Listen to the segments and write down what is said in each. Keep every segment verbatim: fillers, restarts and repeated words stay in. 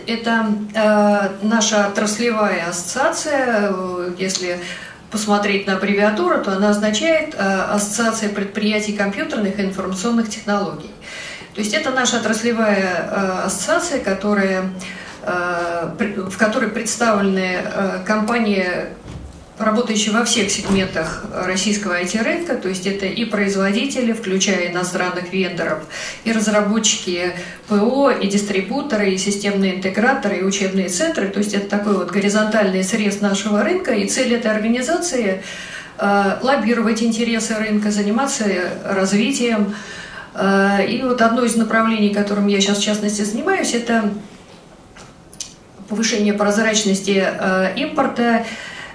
это э, наша отраслевая ассоциация. Если посмотреть на аббревиатуру, то она означает э, Ассоциация предприятий компьютерных и информационных технологий. То есть это наша отраслевая э, ассоциация, которая, э, в которой представлены э, компании, работающие во всех сегментах российского ай ти-рынка, то есть это и производители, включая иностранных вендоров, и разработчики ПО, и дистрибуторы, и системные интеграторы, и учебные центры, то есть это такой вот горизонтальный срез нашего рынка, и цель этой организации э, – лоббировать интересы рынка, заниматься развитием. Э, и вот одно из направлений, которым я сейчас в частности занимаюсь, это повышение прозрачности э, импорта,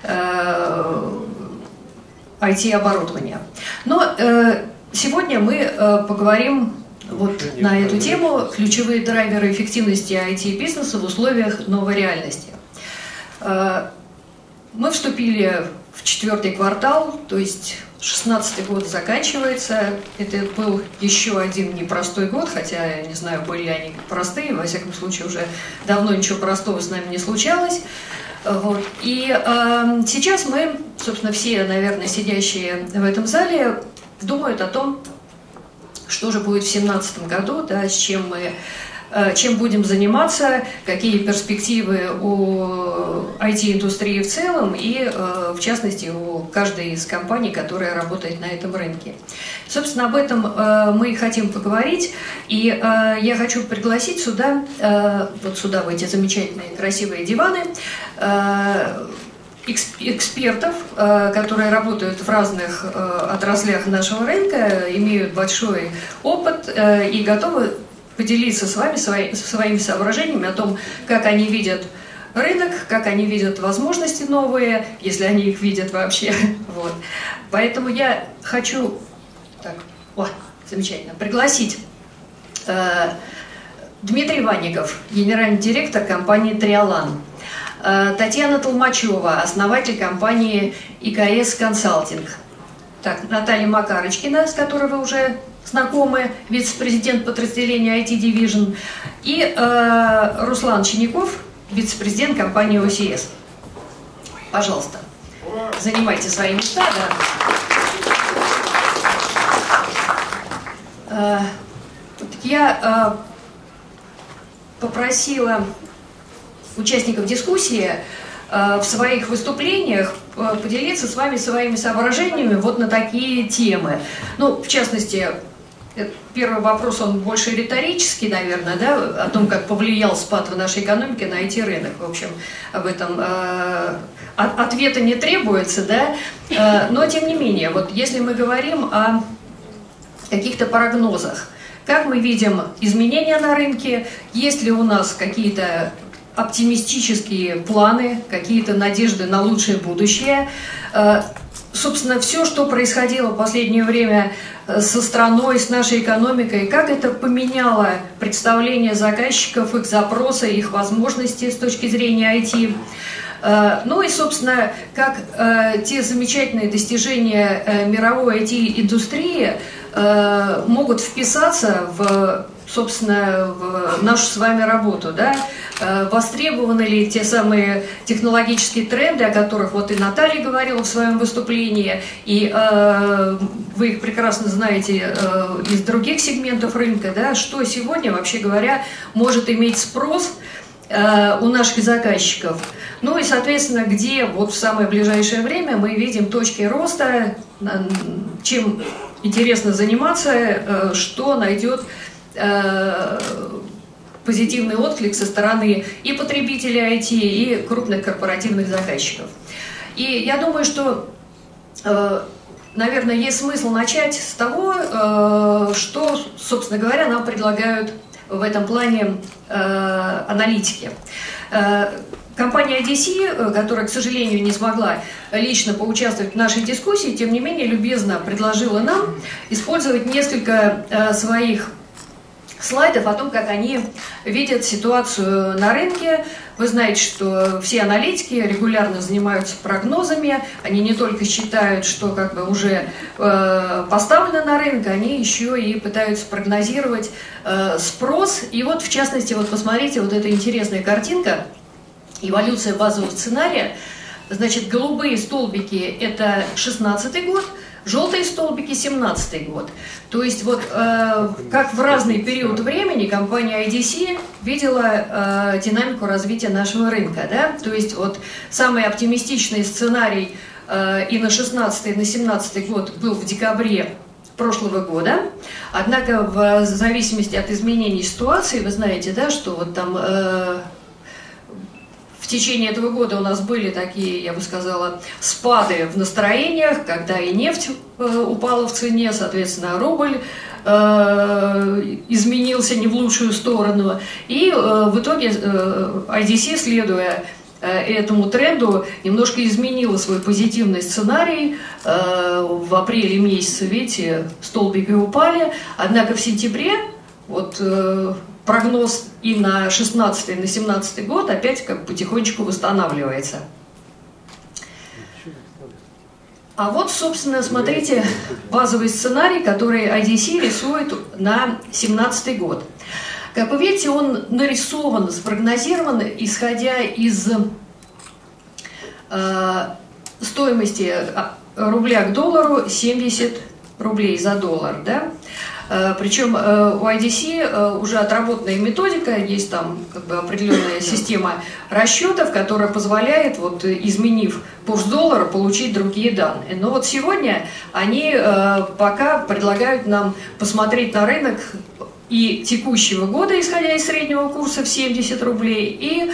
ай ти-оборудования. Но э, сегодня мы э, поговорим вот на эту тему «Ключевые драйверы эффективности ай ти-бизнеса в условиях новой реальности». Э, мы вступили в четвертый квартал, то есть шестнадцатый год заканчивается. Это был еще один непростой год, хотя, я не знаю, были они простые, во всяком случае уже давно ничего простого с нами не случалось. Вот. И э, сейчас мы, собственно, все, наверное, сидящие в этом зале, думают о том, что же будет в две тысячи семнадцатом году, да, с чем мы, э, чем будем заниматься, какие перспективы у ай ти-индустрии в целом и, э, в частности, у каждой из компаний, которая работает на этом рынке. Собственно, об этом э, мы и хотим поговорить, и э, я хочу пригласить сюда, э, вот сюда, в эти замечательные красивые диваны, э, экспертов, э, которые работают в разных э, отраслях нашего рынка, имеют большой опыт э, и готовы поделиться с вами свои, своими соображениями о том, как они видят рынок, как они видят возможности новые, если они их видят вообще. Вот. Поэтому я хочу... Так, о, замечательно. Пригласить э, Дмитрий Ванников, генеральный директор компании «Триолан», э, Татьяна Толмачева, основатель компании и ка эс Консалтинг, так, Наталья Макарочкина, с которой вы уже знакомы, вице-президент подразделения ай ти Division, и э, Руслан Чиняков, вице-президент компании о си эс. Пожалуйста, занимайте свои места. Да. Я попросила участников дискуссии в своих выступлениях поделиться с вами своими соображениями вот на такие темы. Ну, в частности, первый вопрос, он больше риторический, наверное, да, о том, как повлиял спад в нашей экономике на ай ти-рынок. В общем, об этом э, ответа не требуется, да, э, но тем не менее, вот если мы говорим о каких-то прогнозах, как мы видим изменения на рынке, есть ли у нас какие-то оптимистические планы, какие-то надежды на лучшее будущее. Собственно, все, что происходило в последнее время со страной, с нашей экономикой, как это поменяло представление заказчиков, их запросы, их возможности с точки зрения ай ти. Ну и, собственно, как те замечательные достижения мировой ай ти-индустрии могут вписаться в, собственно, в нашу с вами работу, да? Востребованы ли те самые технологические тренды, о которых вот и Наталья говорила в своем выступлении, и э, вы их прекрасно знаете э, из других сегментов рынка, да? Что сегодня, вообще говоря, может иметь спрос э, у наших заказчиков. Ну и, соответственно, где вот в самое ближайшее время мы видим точки роста, чем интересно заниматься, что найдет позитивный отклик со стороны и потребителей ай ти, и крупных корпоративных заказчиков. И я думаю, что, наверное, есть смысл начать с того, что, собственно говоря, нам предлагают в этом плане аналитики. Компания ай ди си, которая, к сожалению, не смогла лично поучаствовать в нашей дискуссии, тем не менее, любезно предложила нам использовать несколько своих слайдов о том, как они видят ситуацию на рынке. Вы знаете, что все аналитики регулярно занимаются прогнозами. Они не только считают, что как бы уже э, поставлено на рынок, они еще и пытаются прогнозировать э, спрос. И вот, в частности, вот посмотрите, вот эта интересная картинка, эволюция базового сценария. Значит, голубые столбики – это шестнадцатый год, желтые столбики – семнадцатый год. То есть вот э, как в разный период времени компания ай ди си видела э, динамику развития нашего рынка. Да? То есть вот самый оптимистичный сценарий э, и на шестнадцатый, и на семнадцатый год был в декабре прошлого года. Однако в зависимости от изменений ситуации, вы знаете, да, что вот там... Э, В течение этого года у нас были такие, я бы сказала, спады в настроениях, когда и нефть э, упала в цене, соответственно, рубль э, изменился не в лучшую сторону. И э, в итоге э, ай ди си, следуя э, этому тренду, немножко изменила свой позитивный сценарий. Э, в апреле месяце, видите, столбики упали, однако в сентябре вот... Э, прогноз и на шестнадцатый, и на семнадцатый год опять как потихонечку восстанавливается. А вот, собственно, смотрите, базовый сценарий, который ай ди си рисует на семнадцатый год. Как вы видите, он нарисован, спрогнозирован, исходя из э, стоимости рубля к доллару семьдесят рублей за доллар, да? Причем у ай ди си уже отработанная методика, есть там как бы определенная система расчетов, которая позволяет, вот, изменив курс доллара, получить другие данные. Но вот сегодня они пока предлагают нам посмотреть на рынок и текущего года, исходя из среднего курса в семьдесят рублей, и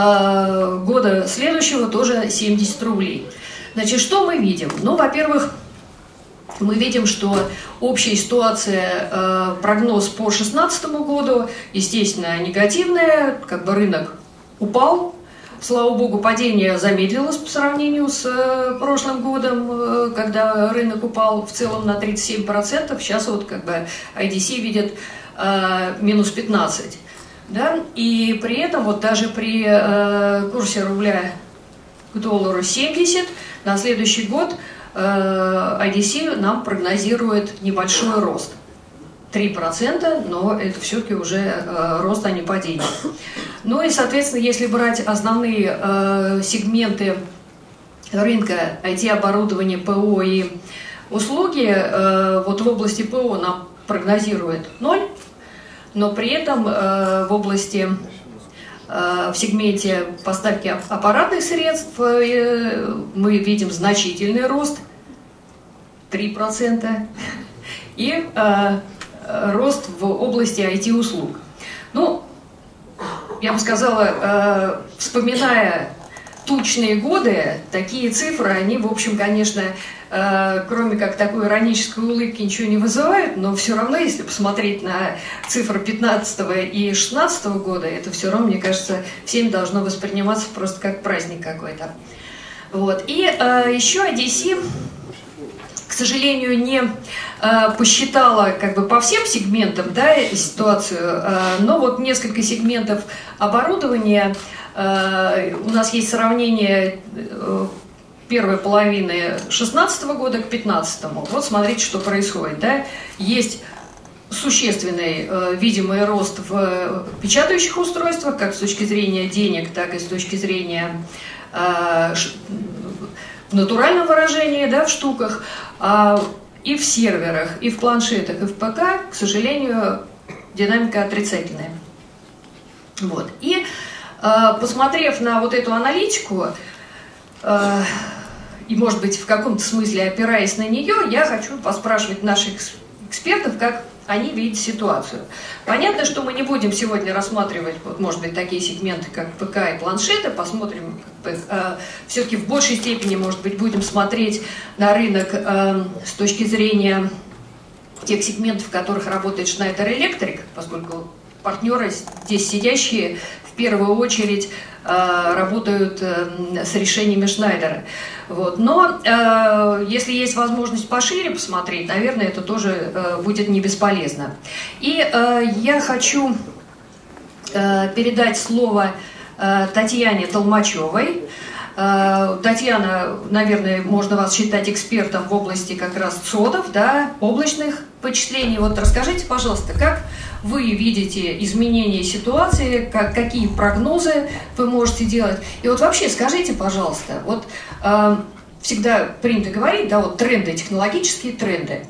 года следующего тоже семьдесят рублей. Значит, что мы видим? Ну, во-первых, мы видим, что общая ситуация, э, прогноз по две тысячи шестнадцатому году, естественно, негативная, как бы рынок упал. Слава богу, падение замедлилось по сравнению с э, прошлым годом, э, когда рынок упал в целом на тридцать семь процентов. Сейчас вот как бы ай ди си видит э, минус пятнадцать. Да? И при этом вот даже при э, курсе рубля к доллару семьдесят на следующий год ай ди си нам прогнозирует небольшой рост. три процента, но это все-таки уже э, рост, а не падение. Ну и, соответственно, если брать основные э, сегменты рынка ай ти-оборудования, ПО и услуги, э, вот в области ПО нам прогнозирует ноль, но при этом э, в области в сегменте поставки аппаратных средств мы видим значительный рост, три процента, и э, рост в области ай ти-услуг. Ну, я бы сказала, э, вспоминая тучные годы, такие цифры, они, в общем, конечно, э, кроме как такой иронической улыбки, ничего не вызывают, но все равно, если посмотреть на цифры пятнадцатого и шестнадцатого года, это все равно, мне кажется, всем должно восприниматься просто как праздник какой-то. Вот. И э, еще ай ди си, к сожалению, не э, посчитала как бы по всем сегментам, да, ситуацию, э, но вот несколько сегментов оборудования. У нас есть сравнение первой половины две тысячи шестнадцатого года к две тысячи пятнадцатому. Вот смотрите, что происходит. Да? Есть существенный видимый рост в печатающих устройствах, как с точки зрения денег, так и с точки зрения в натуральном выражении, да, в штуках, и в серверах, и в планшетах, и в ПК, к сожалению, динамика отрицательная. Вот. И посмотрев на вот эту аналитику, и, может быть, в каком-то смысле опираясь на нее, я хочу поспрашивать наших экспертов, как они видят ситуацию. Понятно, что мы не будем сегодня рассматривать, вот, может быть, такие сегменты, как ПК и планшеты, посмотрим, как бы, э, все-таки в большей степени, может быть, будем смотреть на рынок э, с точки зрения тех сегментов, в которых работает Schneider Electric, поскольку партнеры здесь сидящие в первую очередь э, работают э, с решениями Шнайдера. Вот. Но э, если есть возможность пошире посмотреть, наверное, это тоже э, будет не бесполезно. И э, я хочу э, передать слово э, Татьяне Толмачевой. Татьяна, наверное, можно вас считать экспертом в области как раз цодов, да, облачных вычислений. Вот расскажите, пожалуйста, как вы видите изменения ситуации, как, какие прогнозы вы можете делать? И вот вообще скажите, пожалуйста, вот э, всегда принято говорить, да, вот тренды, технологические тренды.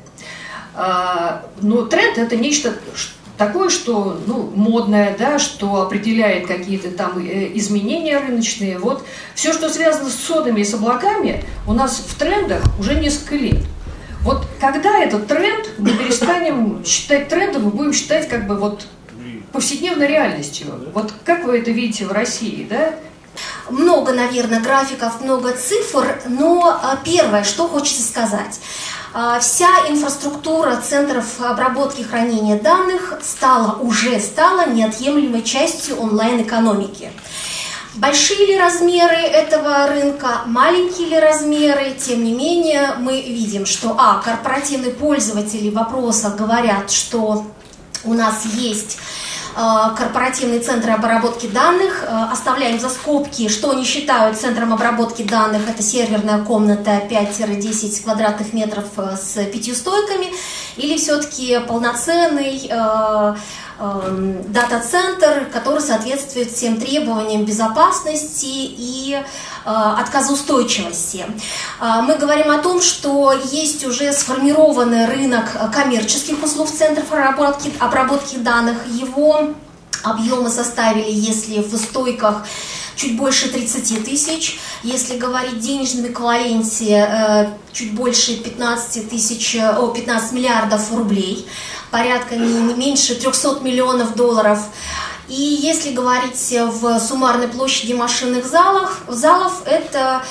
Э, но тренд – это нечто такое, что, ну, модное, да, что определяет какие-то там изменения рыночные. Вот все, что связано с цодами и с облаками, у нас в трендах уже несколько лет. Вот когда этот тренд мы перестанем считать трендом и будем считать как бы вот повседневной реальностью? Вот как вы это видите в России, да? Много, наверное, графиков, много цифр, но первое, что хочется сказать. Вся инфраструктура центров обработки и хранения данных стала, уже стала неотъемлемой частью онлайн-экономики. Большие ли размеры этого рынка, маленькие ли размеры, тем не менее мы видим, что а, корпоративные пользователи в вопросах говорят, что у нас есть корпоративные центры обработки данных, оставляем за скобки, что они считают центром обработки данных. Это серверная комната пять-десять квадратных метров с пятью стойками, или все-таки полноценный э, э, дата-центр, который соответствует всем требованиям безопасности и э, отказоустойчивости. Э, мы говорим о том, что есть уже сформированный рынок коммерческих услуг центров обработки, обработки данных. Его объемы составили, если в стойках, чуть больше тридцати тысяч, если говорить в денежном эквиваленте, чуть больше пятнадцати тысяч, о, пятнадцати миллиардов рублей, порядка не меньше трёхсот миллионов долларов. И если говорить в суммарной площади машинных залов, залов это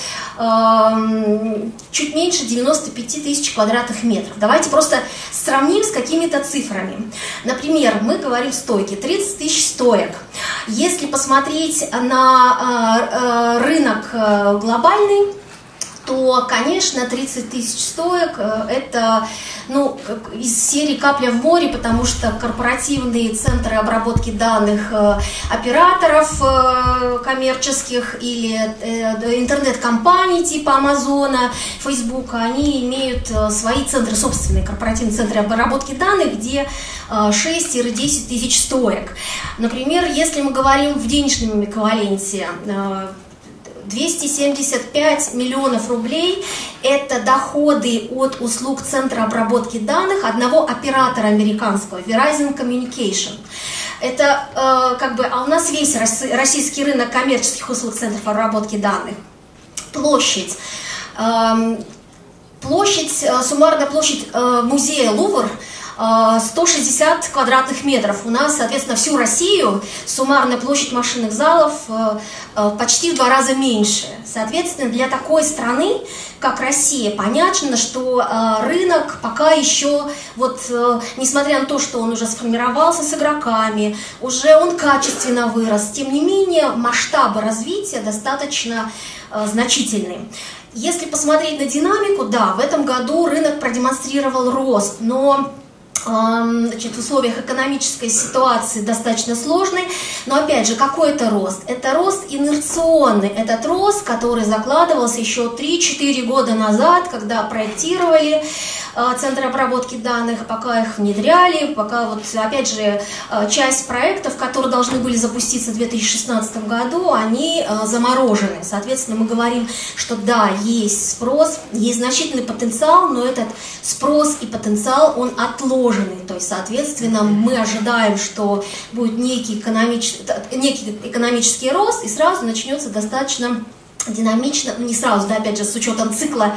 э, чуть меньше девяноста пяти тысяч квадратных метров. Давайте просто сравним с какими-то цифрами. Например, мы говорим стойки, тридцать тысяч стоек. Если посмотреть на э, э, рынок э, глобальный, то, конечно, тридцать тысяч стоек – это, ну, из серии «Капля в море», потому что корпоративные центры обработки данных операторов коммерческих или интернет-компаний типа Амазона, Фейсбука, они имеют свои центры, собственные корпоративные центры обработки данных, где шесть-десять тысяч стоек. Например, если мы говорим в денежном эквиваленте, двести семьдесят пять миллионов рублей – это доходы от услуг центра обработки данных одного оператора американского, Verizon Communication. Это э, как бы, а у нас весь российский рынок коммерческих услуг центров обработки данных. Площадь. Э, площадь, суммарная площадь э, музея Лувр сто шестьдесят квадратных метров. У нас, соответственно, всю Россию суммарная площадь машинных залов почти в два раза меньше. Соответственно, для такой страны, как Россия, понятно, что рынок пока еще, вот, несмотря на то, что он уже сформировался с игроками, уже он качественно вырос, тем не менее масштабы развития достаточно значительные. Если посмотреть на динамику, да, в этом году рынок продемонстрировал рост, но значит, в условиях экономической ситуации достаточно сложной, но опять же, какой это рост? Это рост инерционный, этот рост, который закладывался еще три-четыре года назад, когда проектировали центры обработки данных, пока их внедряли, пока вот, опять же, часть проектов, которые должны были запуститься в две тысячи шестнадцатом году, они заморожены. Соответственно, мы говорим, что да, есть спрос, есть значительный потенциал, но этот спрос и потенциал, он отложенный. То есть, соответственно, мы ожидаем, что будет некий экономический, некий экономический рост, и сразу начнется достаточно динамично, не сразу, да, опять же, с учетом цикла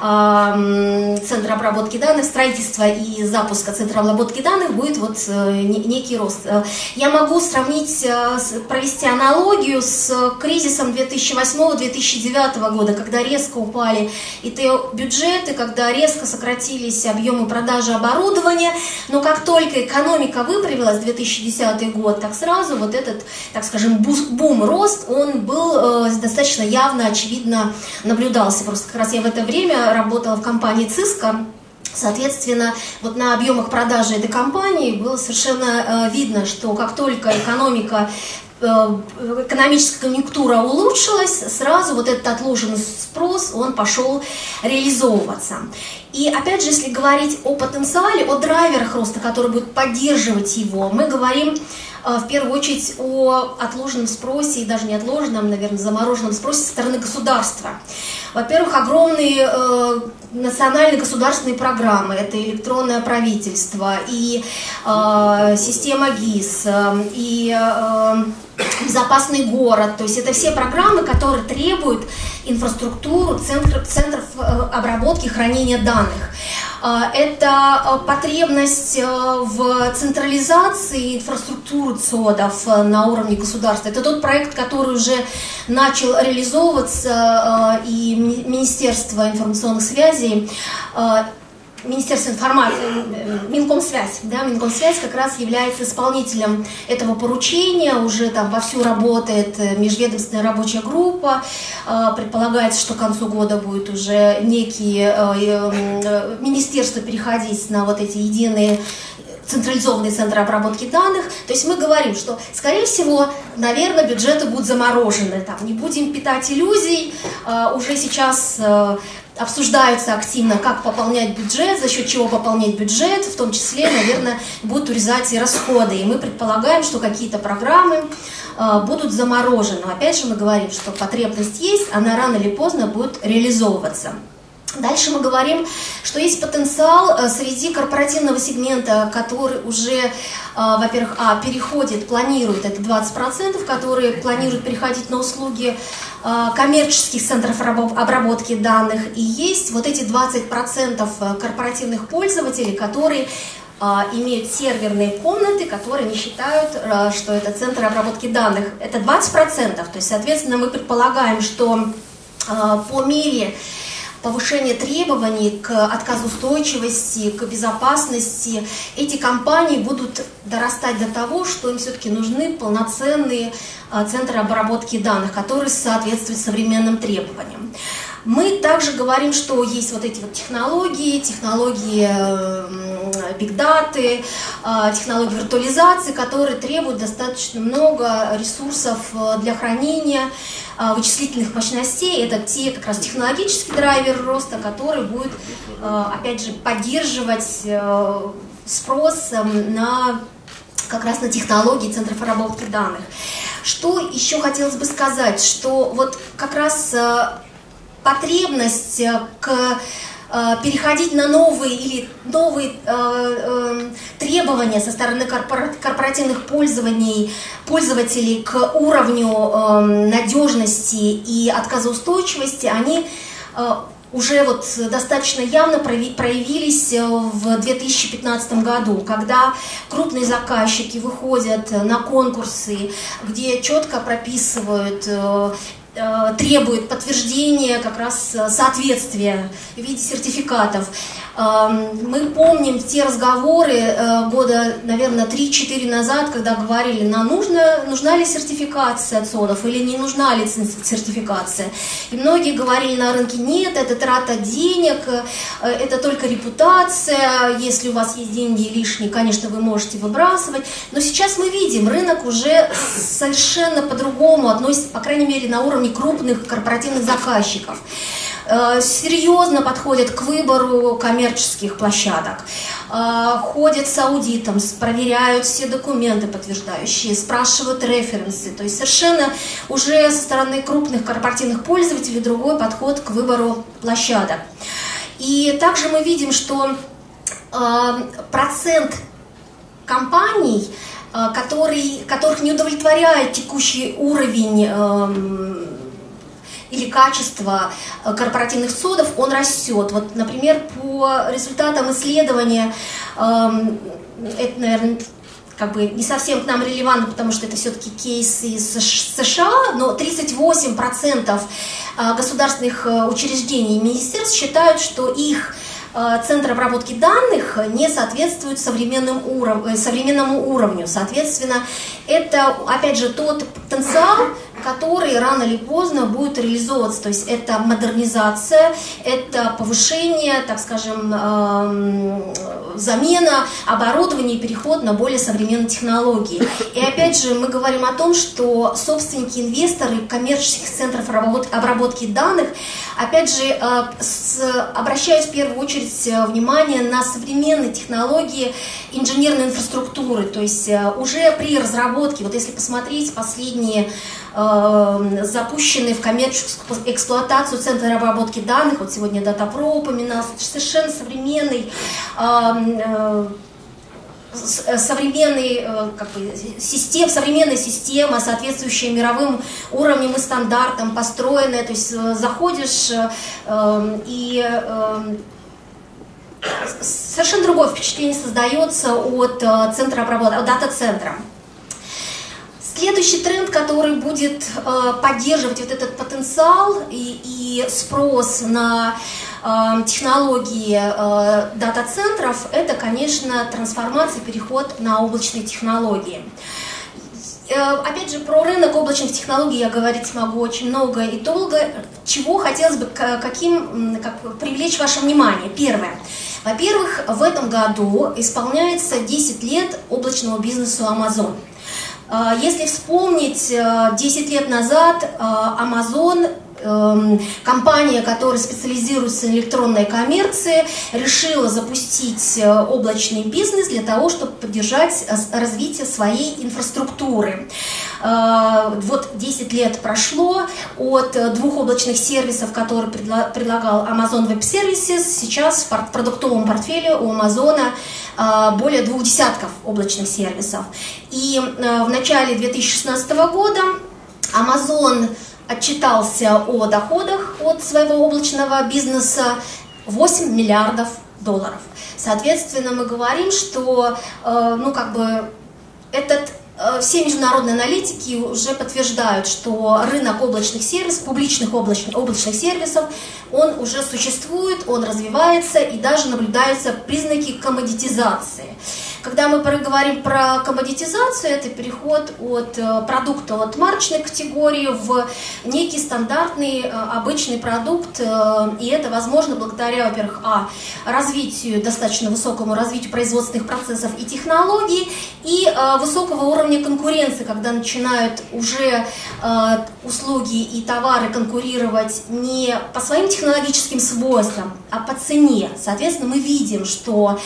э, Центра обработки данных, строительства и запуска Центра обработки данных будет вот э, некий рост. Я могу сравнить, э, провести аналогию с кризисом две тысячи восьмого — две тысячи девятого года, когда резко упали и ИТ-бюджеты, когда резко сократились объемы продажи оборудования, но как только экономика выправилась, две тысячи десятый год, так сразу вот этот, так скажем, бум-рост, он был э, достаточно явно, очевидно, наблюдался. Просто как раз я в это время работала в компании Cisco. Соответственно, вот на объемах продажи этой компании было совершенно э, видно, что как только экономика, э, экономическая конъюнктура улучшилась, сразу вот этот отложенный спрос, он пошел реализовываться. И опять же, если говорить о потенциале, о драйверах роста, которые будут поддерживать его, мы говорим в первую очередь о отложенном спросе, и даже не отложенном, наверное, замороженном спросе со стороны государства. Во-первых, огромные э, национальные государственные программы, это электронное правительство, и э, система ГИС, э, и э, безопасный город, то есть это все программы, которые требуют инфраструктуру центров, центров обработки, хранения данных. Это потребность в централизации инфраструктуры ЦОДов на уровне государства. Это тот проект, который уже начал реализовываться, и Министерство информационных связей, Министерство информации, Минкомсвязь, да, Минкомсвязь как раз является исполнителем этого поручения, уже там вовсю работает межведомственная рабочая группа, предполагается, что к концу года будет уже некие министерства переходить на вот эти единые централизованные центры обработки данных. То есть мы говорим, что, скорее всего, наверное, бюджеты будут заморожены. Там, не будем питать иллюзий, уже сейчас обсуждаются активно, как пополнять бюджет, за счет чего пополнять бюджет, в том числе, наверное, будут урезать и расходы. И мы предполагаем, что какие-то программы э, будут заморожены. Но опять же мы говорим, что потребность есть, она рано или поздно будет реализовываться. Дальше мы говорим, что есть потенциал среди корпоративного сегмента, который уже, во-первых, а, переходит, планирует, это двадцать процентов, которые планируют переходить на услуги коммерческих центров обработки данных. И есть вот эти двадцать процентов корпоративных пользователей, которые имеют серверные комнаты, которые не считают, что это центр обработки данных. Это двадцать процентов. То есть, соответственно, мы предполагаем, что по мере повышение требований к отказоустойчивости, к безопасности, эти компании будут дорастать до того, что им все-таки нужны полноценные центры обработки данных, которые соответствуют современным требованиям. Мы также говорим, что есть вот эти вот технологии, технологии бигдаты, технологии виртуализации, которые требуют достаточно много ресурсов для хранения, вычислительных мощностей. Это те как раз технологический драйвер роста, который будет, опять же, поддерживать спрос на как раз на технологии центров обработки данных. Что еще хотелось бы сказать, что вот как раз потребность к переходить на новые или новые э, э, требования со стороны корпоративных пользований, пользователей к уровню э, надежности и отказоустойчивости, они э, уже вот достаточно явно проявились в две тысячи пятнадцатом году, когда крупные заказчики выходят на конкурсы, где четко прописывают, э, требует подтверждения как раз соответствия в виде сертификатов. Мы помним те разговоры года, наверное, три-четыре назад, когда говорили, нам нужно, нужна ли сертификация ЦОДов или не нужна ли сертификация. И многие говорили на рынке, нет, это трата денег, это только репутация, если у вас есть деньги лишние, конечно, вы можете выбрасывать. Но сейчас мы видим, рынок уже совершенно по-другому относится, по крайней мере, на уровне крупных корпоративных заказчиков. Серьезно подходят к выбору коммерческих площадок, ходят с аудитом, проверяют все документы подтверждающие, спрашивают референсы. То есть совершенно уже со стороны крупных корпоративных пользователей другой подход к выбору площадок. И также мы видим, что процент компаний, который, которых не удовлетворяет текущий уровень или качество корпоративных СОДов, он растет. Вот, например, по результатам исследования, это, наверное, как бы не совсем к нам релевантно, потому что это все-таки кейс из США, но тридцать восемь процентов государственных учреждений и министерств считают, что их центр обработки данных не соответствует современным уров... современному уровню. Соответственно, это, опять же, тот потенциал, который рано или поздно будет реализовываться. То есть это модернизация, это повышение, так скажем, замена оборудования и переход на более современные технологии. И опять же, мы говорим о том, что собственники, инвесторы коммерческих центров обработки данных, опять же, обращают в первую очередь внимание на современные технологии инженерной инфраструктуры. То есть уже при разработке, вот если посмотреть последние запущенные в коммерческую эксплуатацию центры обработки данных, вот сегодня DataPro упоминался, совершенно современный, современный как бы, систем, современная система, соответствующая мировым уровням и стандартам, построенная, то есть заходишь и совершенно другое впечатление создается от центра обработки, от дата-центра. Следующий тренд, который будет э, поддерживать вот этот потенциал и, и спрос на э, технологии э, дата-центров, это, конечно, трансформация, переход на облачные технологии. Э, опять же, про рынок облачных технологий я говорить могу очень много и долго. Чего хотелось бы, каким, как, привлечь ваше внимание? Первое. Во-первых, в этом году исполняется десять лет облачного бизнесу Amazon. Если вспомнить, десять лет назад Amazon, компания, которая специализируется на электронной коммерции, решила запустить облачный бизнес для того, чтобы поддержать развитие своей инфраструктуры. Вот десять лет прошло от двух облачных сервисов, которые предлагал Amazon Web Services. Сейчас в продуктовом портфеле у Amazon более двух десятков облачных сервисов. И в начале две тысячи шестнадцатого года Amazon отчитался о доходах от своего облачного бизнеса восемь миллиардов долларов. Соответственно, мы говорим, что ну, как бы этот все международные аналитики уже подтверждают, что рынок облачных сервисов, публичных облачных, облачных сервисов, он уже существует, он развивается и даже наблюдаются признаки коммодитизации. Когда мы говорим про коммодитизацию, это переход от продукта от марочной категории в некий стандартный обычный продукт, и это возможно благодаря, во-первых, а, развитию, достаточно высокому развитию производственных процессов и технологий, и высокого уровня конкуренции, когда начинают уже услуги и товары конкурировать не по своим технологическим свойствам, а по цене. Соответственно, мы видим, что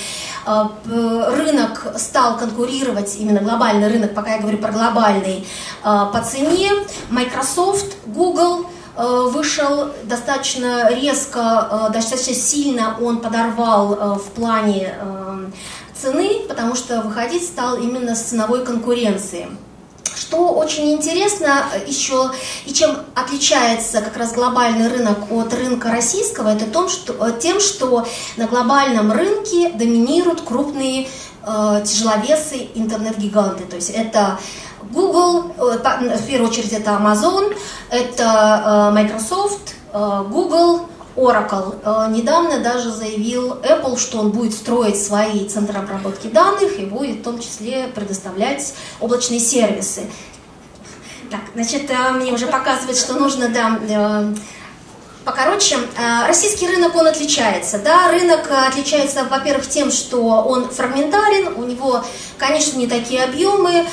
рынок стал конкурировать, именно глобальный рынок, пока я говорю про глобальный, по цене. Microsoft, Google вышел достаточно резко, достаточно сильно он подорвал в плане цены, потому что выходить стал именно с ценовой конкуренции. Что очень интересно еще, и чем отличается как раз глобальный рынок от рынка российского, это том, что, тем, что на глобальном рынке доминируют крупные э, тяжеловесы, интернет-гиганты. То есть это Google, э, в первую очередь это Amazon, это э, Microsoft, э, Google, Oracle. Недавно даже заявил Apple, что он будет строить свои центры обработки данных и будет в том числе предоставлять облачные сервисы. Так, значит, мне уже показывают, что нужно, да, покороче. Российский рынок, он отличается. Да? Рынок отличается, во-первых, тем, что он фрагментарен, у него, конечно, не такие объемы,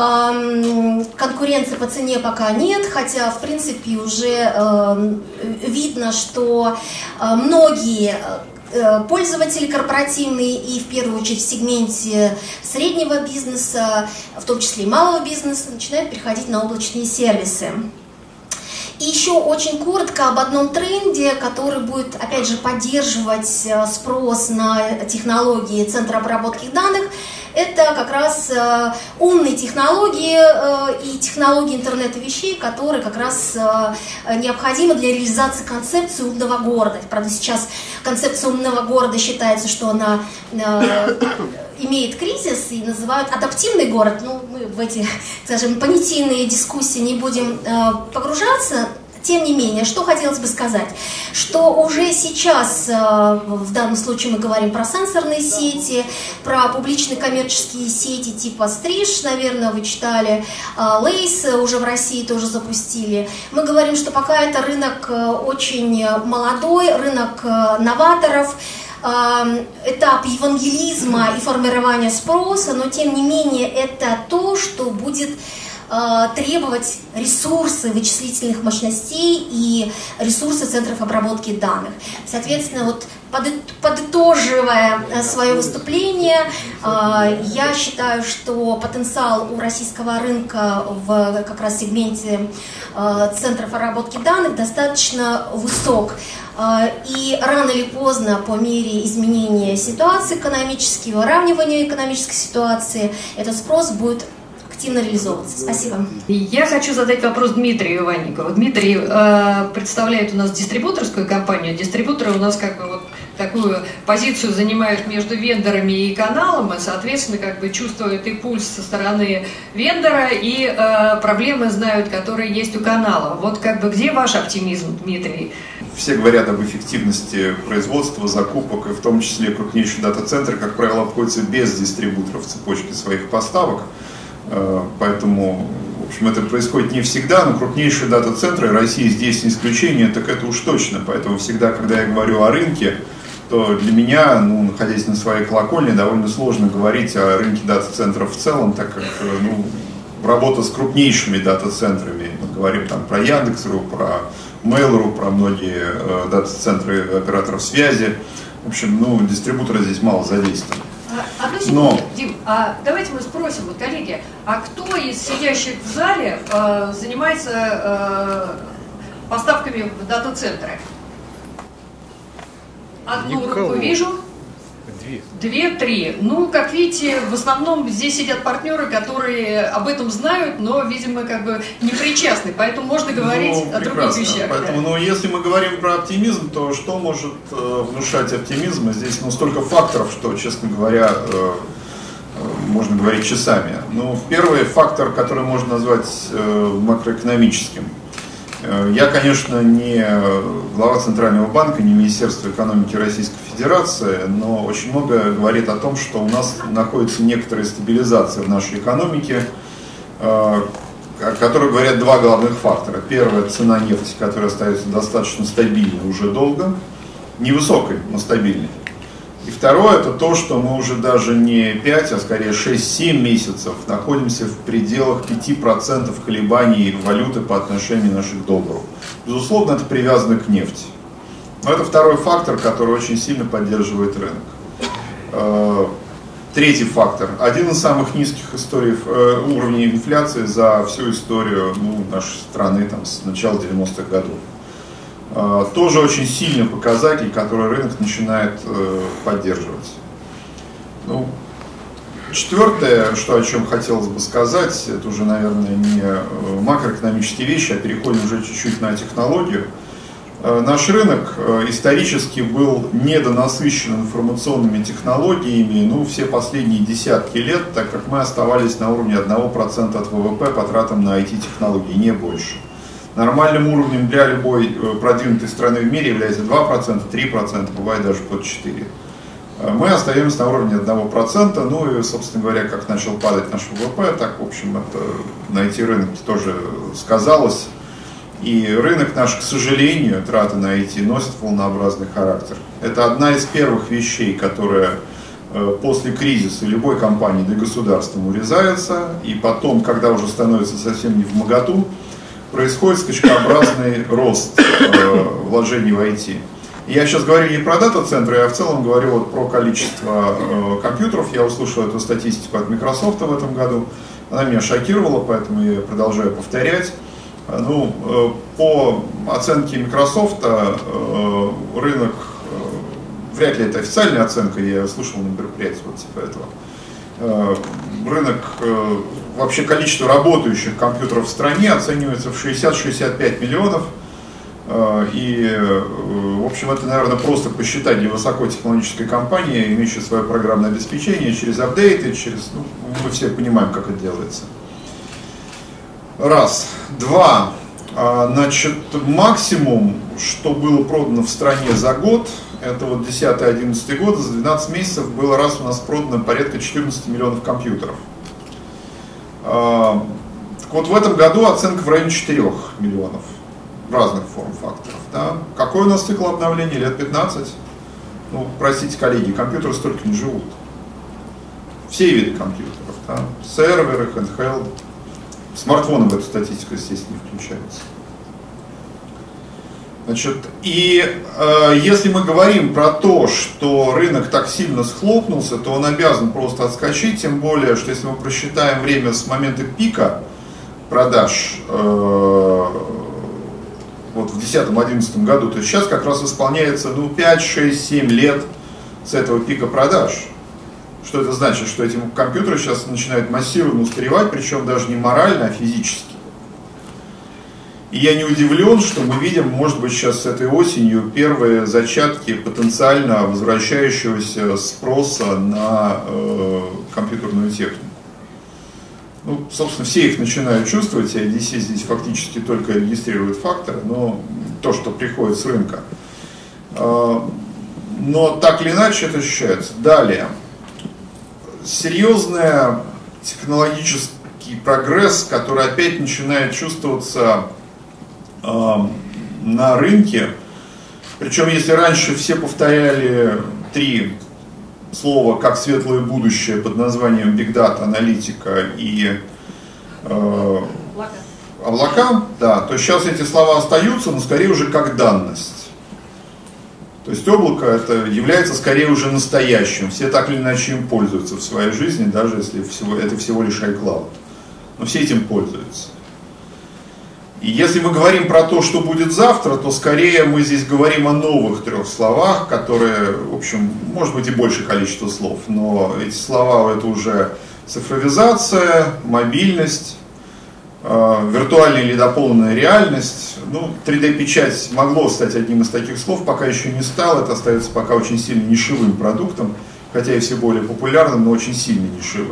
конкуренции по цене пока нет, хотя, в принципе, уже видно, что многие пользователи корпоративные и, в первую очередь, в сегменте среднего бизнеса, в том числе и малого бизнеса, начинают переходить на облачные сервисы. И еще очень коротко об одном тренде, который будет, опять же, поддерживать спрос на технологии Центра обработки данных. Это как раз э, умные технологии э, и технологии интернета вещей, которые как раз э, необходимы для реализации концепции умного города. Правда, сейчас концепция умного города считается, что она э, имеет кризис и называют адаптивный город. Ну, мы в эти, скажем, понятийные дискуссии не будем э, погружаться. Тем не менее, что хотелось бы сказать, что уже сейчас, в данном случае мы говорим про сенсорные сети, про публичные коммерческие сети типа Стриж, наверное, вы читали, Лейс уже в России тоже запустили. Мы говорим, что пока это рынок очень молодой, рынок новаторов, этап евангелизма и формирования спроса, но тем не менее это то, что будет требовать ресурсы вычислительных мощностей и ресурсы центров обработки данных. Соответственно, вот подытоживая свое выступление, я считаю, что потенциал у российского рынка в как раз сегменте центров обработки данных достаточно высок. И рано или поздно, по мере изменения ситуации экономической, выравнивания экономической ситуации, этот спрос будет активно реализовываться. Спасибо. Я хочу задать вопрос Дмитрию Иванникову. Дмитрий э, представляет у нас дистрибуторскую компанию. Дистрибуторы у нас как бы вот такую позицию занимают между вендорами и каналом, и, соответственно, как бы чувствуют и пульс со стороны вендора, и э, проблемы знают, которые есть у канала. Вот как бы где ваш оптимизм, Дмитрий? Все говорят об эффективности производства, закупок, и в том числе крупнейшие дата-центры, как правило, обходятся без дистрибуторов в цепочке своих поставок. Поэтому, в общем, это происходит не всегда, но крупнейшие дата-центры России здесь не исключение, так это уж точно. Поэтому всегда, когда я говорю о рынке, то для меня, ну, находясь на своей колокольне, довольно сложно говорить о рынке дата-центров в целом, так как, ну, работа с крупнейшими дата-центрами, мы говорим там про Яндекс.ру, про Mail.ru, про многие э, дата-центры операторов связи. В общем, ну, дистрибуторы здесь мало задействованы. Одну секунду, Но... Дим, а давайте мы спросим, вот, коллеги, а кто из сидящих в зале э, занимается э, поставками в дата-центры? Одну Никого. руку вижу. Две. Две-три. Ну, как видите, в основном здесь сидят партнеры, которые об этом знают, но, видимо, как бы не причастны. Поэтому можно говорить ну, о других вещах. Поэтому, да. ну, если мы говорим про оптимизм, то что может э, внушать оптимизм? Здесь ну, столько факторов, что, честно говоря, э, э, можно говорить часами. Ну, первый фактор, который можно назвать э, макроэкономическим. Я, конечно, не глава Центрального банка, не Министерства экономики Российской Федерации, но очень много говорит о том, что у нас находится некоторая стабилизация в нашей экономике, о которой говорят два главных фактора. Первое – это цена нефти, которая остается достаточно стабильной уже долго, невысокой, но стабильной. И второе – это то, что мы уже даже не пять, а скорее шесть-семь месяцев находимся в пределах пяти процентов колебаний валюты по отношению наших долларов. Безусловно, это привязано к нефти. Но это второй фактор, который очень сильно поддерживает рынок. Третий фактор. Один из самых низких историй, уровней инфляции за всю историю ну, нашей страны там, с начала девяностых годов. Тоже очень сильный показатель, который рынок начинает э, поддерживать. Ну, четвертое, что, о чем хотелось бы сказать, это уже, наверное, не макроэкономические вещи, а переходим уже чуть-чуть на технологию. Э, наш рынок э, исторически был недонасыщен информационными технологиями ну, все последние десятки лет, так как мы оставались на уровне одного процента от ВВП по тратам на ай ти-технологии, не больше. Нормальным уровнем для любой продвинутой страны в мире является два процента, три процента, бывает даже под четыре процента. Мы остаемся на уровне одного процента, ну и, собственно говоря, как начал падать наш ВВП, так, в общем, это на ай ти-рынке тоже сказалось. И рынок наш, к сожалению, траты на ай ти носит волнообразный характер. Это одна из первых вещей, которая после кризиса любой компании для государства урезается, и потом, когда уже становится совсем не вмоготу, происходит скачкообразный рост э, вложений в ай ти. Я сейчас говорю не про дата-центры, а в целом говорю вот про количество э, компьютеров. Я услышал эту статистику от Microsoft в этом году. Она меня шокировала, поэтому я продолжаю повторять. Ну, по оценке Microsoft, рынок, вряд ли это официальная оценка, я слышал на мероприятии вот типа этого, рынок, вообще количество работающих компьютеров в стране оценивается в шестьдесят — шестьдесят пять миллионов. И, в общем, это, наверное, просто посчитать для высокотехнологической компании, имеющей свое программное обеспечение, через апдейты, через, ну, мы все понимаем, как это делается. Раз. Два. Значит, максимум, что было продано в стране за год, это вот десятый-одиннадцатый год, за двенадцать месяцев было раз у нас продано порядка четырнадцати миллионов компьютеров. Так вот, в этом году оценка в районе четырёх миллионов разных форм-факторов. Да? Какой у нас цикл обновления? Лет пятнадцать? Ну, простите, коллеги, компьютеры столько не живут. Все виды компьютеров. Да? Серверы, handheld. Смартфоны в эту статистику, естественно, не включаются. Значит, и э, если мы говорим про то, что рынок так сильно схлопнулся, то он обязан просто отскочить, тем более, что если мы просчитаем время с момента пика продаж э, вот в десятом-одиннадцатом году, то сейчас как раз исполняется ну, пять, шесть, семь лет с этого пика продаж. Что это значит? Что эти компьютеры сейчас начинают массированно устаревать, причем даже не морально, а физически. И я не удивлен, что мы видим, может быть, сейчас с этой осенью первые зачатки потенциально возвращающегося спроса на э, компьютерную технику. Ну, собственно, все их начинают чувствовать, и ай ди си здесь фактически только регистрирует факторы, но то, что приходит с рынка. Э, но так или иначе это ощущается. Далее. Серьезный технологический прогресс, который опять начинает чувствоваться э, на рынке. Причем, если раньше все повторяли три слова как светлое будущее под названием Big Data, аналитика и э, облака, да, то сейчас эти слова остаются, но скорее уже как данность. То есть облако это является скорее уже настоящим. Все так или иначе им пользуются в своей жизни, даже если всего, это всего лишь iCloud. Но все этим пользуются. И если мы говорим про то, что будет завтра, то скорее мы здесь говорим о новых трех словах, которые, в общем, может быть и большее количество слов, но эти слова это уже цифровизация, мобильность, э, виртуальная или дополненная реальность. Ну, три дэ-печать могло стать одним из таких слов, пока еще не стало, это остается пока очень сильно нишевым продуктом, хотя и все более популярным, но очень сильно нишевым.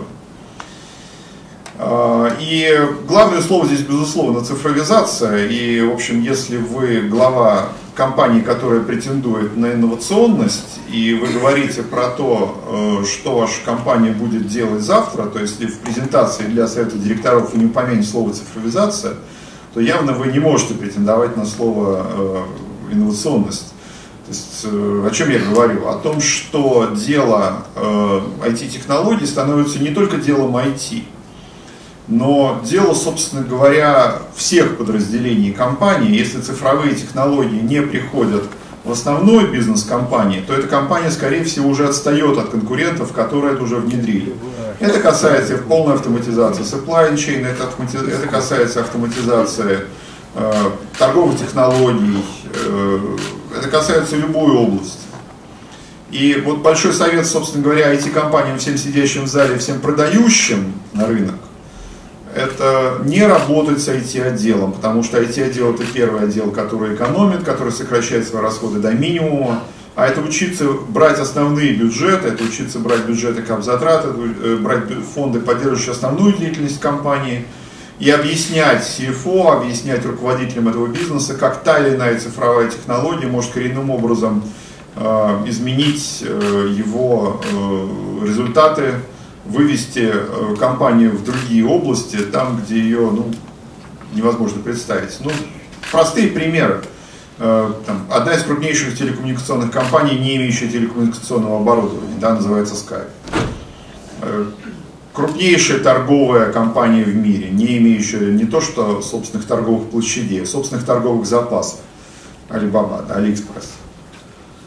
И главное слово здесь, безусловно, цифровизация. И, в общем, если вы глава компании, которая претендует на инновационность, и вы говорите про то, что ваша компания будет делать завтра, то есть в презентации для совета директоров вы не упомянете слово цифровизация, то явно вы не можете претендовать на слово инновационность. То есть, о чем я говорю? О том, что дело ай ти-технологий становится не только делом ай ти, но дело, собственно говоря, всех подразделений компании. Если цифровые технологии не приходят в основной бизнес компании, то эта компания, скорее всего, уже отстает от конкурентов, которые это уже внедрили. Это касается полной автоматизации supply chain, это, автомати... это касается автоматизации э, торговых технологий, э, это касается любой области. И вот большой совет, собственно говоря, ай ти-компаниям, всем сидящим в зале, всем продающим на рынок, это не работать с ай ти-отделом, потому что ай ти-отдел это первый отдел, который экономит, который сокращает свои расходы до минимума, а это учиться брать основные бюджеты, это учиться брать бюджеты капзатрат, это брать фонды, поддерживающие основную деятельность компании, и объяснять си эф о, объяснять руководителям этого бизнеса, как та или иная цифровая технология может коренным образом э, изменить э, его э, результаты, вывести компанию в другие области, там, где ее ну, невозможно представить. Ну, простые примеры. Там, одна из крупнейших телекоммуникационных компаний, не имеющая телекоммуникационного оборудования, да, называется Skype. Крупнейшая торговая компания в мире, не имеющая не то что собственных торговых площадей, а собственных торговых запасов. Alibaba, да, AliExpress.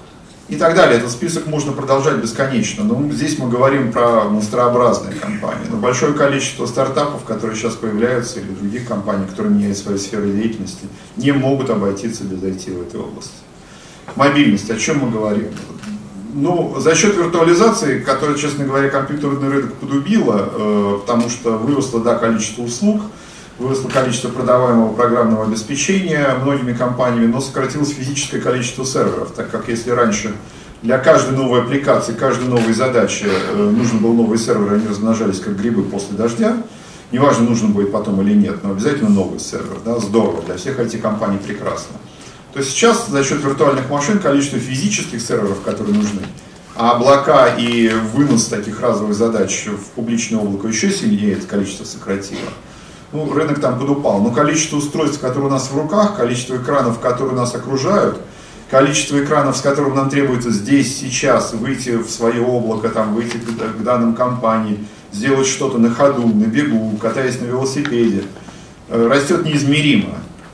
и так далее. Этот список можно продолжать бесконечно. Но здесь мы говорим про монстрообразные компании. Но большое количество стартапов, которые сейчас появляются, или других компаний, которые меняют свои сферы деятельности, не могут обойтись без ай ти в этой области. Мобильность. О чем мы говорим? Ну, за счет виртуализации, которая, честно говоря, компьютерный рынок подубила, э, потому что выросло, да, количество услуг, выросло количество продаваемого программного обеспечения многими компаниями, но сократилось физическое количество серверов, так как если раньше для каждой новой аппликации, каждой новой задачи э, нужен был новый сервер, они размножались как грибы после дождя, неважно, нужен будет потом или нет, но обязательно новый сервер, да, здорово, для всех ай ти-компаний прекрасно. То есть сейчас за счет виртуальных машин количество физических серверов, которые нужны, а облака и вынос таких разовых задач в публичное облако еще сильнее это количество сократило. Ну, рынок там подупал. Но количество устройств, которые у нас в руках, количество экранов, которые нас окружают, количество экранов, с которым нам требуется здесь, сейчас выйти в свое облако, там, выйти к данным компании, сделать что-то на ходу, на бегу, катаясь на велосипеде, растет неизмеримо.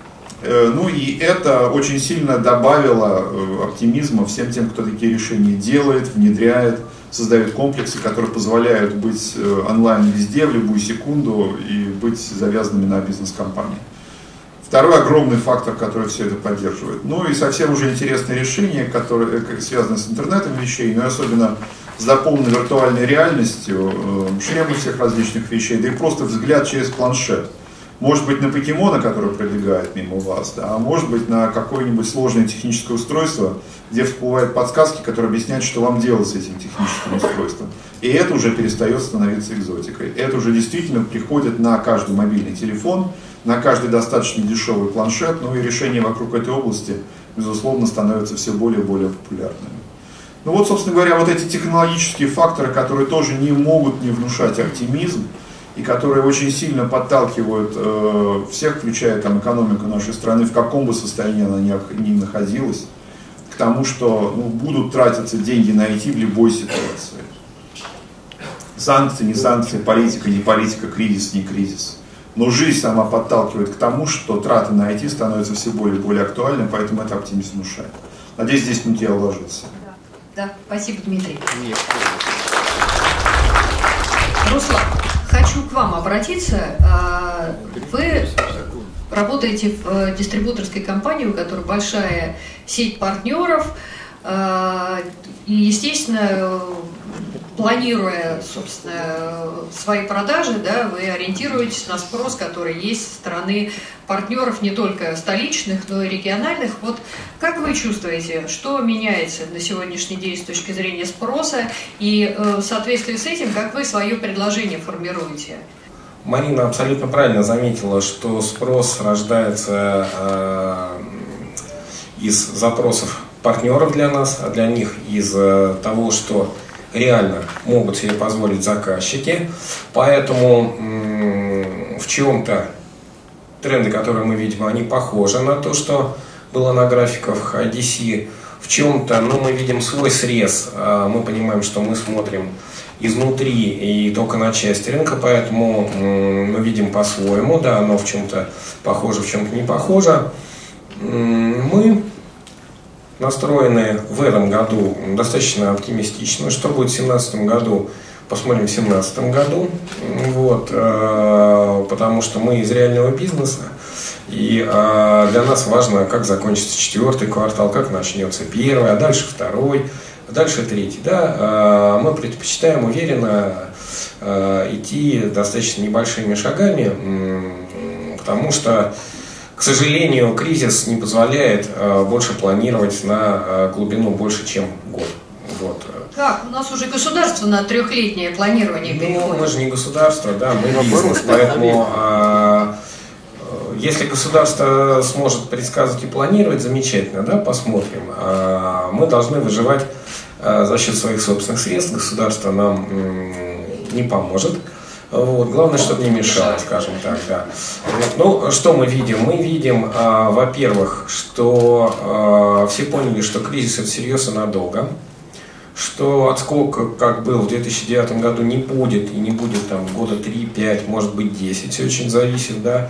Ну и это очень сильно добавило оптимизма всем тем, кто такие решения делает, внедряет, создает комплексы, которые позволяют быть онлайн везде, в любую секунду и быть завязанными на бизнес-компании. Второй огромный фактор, который все это поддерживает. Ну и совсем уже интересное решение, которое связано с интернетом вещей, но особенно с дополненной виртуальной реальностью, шлемы всех различных вещей, да и просто взгляд через планшет. Может быть на покемона, который пробегает мимо вас, да, а может быть на какое-нибудь сложное техническое устройство, где всплывают подсказки, которые объясняют, что вам делать с этим техническим устройством. И это уже перестает становиться экзотикой. Это уже действительно приходит на каждый мобильный телефон, на каждый достаточно дешевый планшет, ну и решения вокруг этой области, безусловно, становятся все более и более популярными. Ну вот, собственно говоря, вот эти технологические факторы, которые тоже не могут не внушать оптимизм, и которые очень сильно подталкивают э, всех, включая там, экономику нашей страны, в каком бы состоянии она ни, ни находилась, к тому, что ну, будут тратиться деньги на ай ти в любой ситуации. Санкции, не санкции, политика, не политика, кризис, не кризис. Но жизнь сама подталкивает к тому, что траты на ай ти становятся все более и более актуальны, поэтому это оптимизм внушает. Надеюсь, здесь минут я уложился. Да, да, спасибо, Дмитрий. Руслан, хочу к вам обратиться. Вы работаете в дистрибьюторской компании, у которой большая сеть партнеров. И, естественно, планируя, собственно, свои продажи, да, вы ориентируетесь на спрос, который есть со стороны партнеров не только столичных, но и региональных. Вот как вы чувствуете, что меняется на сегодняшний день с точки зрения спроса, и в соответствии с этим, как вы свое предложение формируете? Марина абсолютно правильно заметила, что спрос рождается э, из запросов партнеров для нас, а для них из э, того, что реально могут себе позволить заказчики. Поэтому м- в чем-то тренды, которые мы видим, они похожи на то, что было на графиках ай ди си. В чем-то, ну, мы видим свой срез, а мы понимаем, что мы смотрим изнутри и только на часть рынка, поэтому м- мы видим по-своему, да, оно в чем-то похоже, в чем-то не похоже. М- мы настроены в этом году достаточно оптимистично. Что будет в две тысячи семнадцатом году, посмотрим в две тысячи семнадцатом году. Вот, э, потому что мы из реального бизнеса, и э, для нас важно, как закончится четвертый квартал, как начнется первый, а дальше второй, а дальше третий. Да? Э, мы предпочитаем уверенно э, идти достаточно небольшими шагами, э, потому что, к сожалению, кризис не позволяет э, больше планировать на э, глубину больше, чем год. Вот. Как? У нас уже государство на трехлетнее планирование переходит. Ну, мы же не государство, да, мы бизнес, поэтому э, если государство сможет предсказывать и планировать, замечательно, да, посмотрим. Э, мы должны выживать э, за счет своих собственных средств, государство нам э, не поможет. Вот. Главное, чтобы не мешало, скажем так. Да. Вот. Ну, что мы видим? Мы видим, э, во-первых, что э, все поняли, что кризис это всерьез и надолго, что отскок, как был в две тысячи девятом году, не будет, и не будет там года три-пять, может быть десять, все очень зависит, да.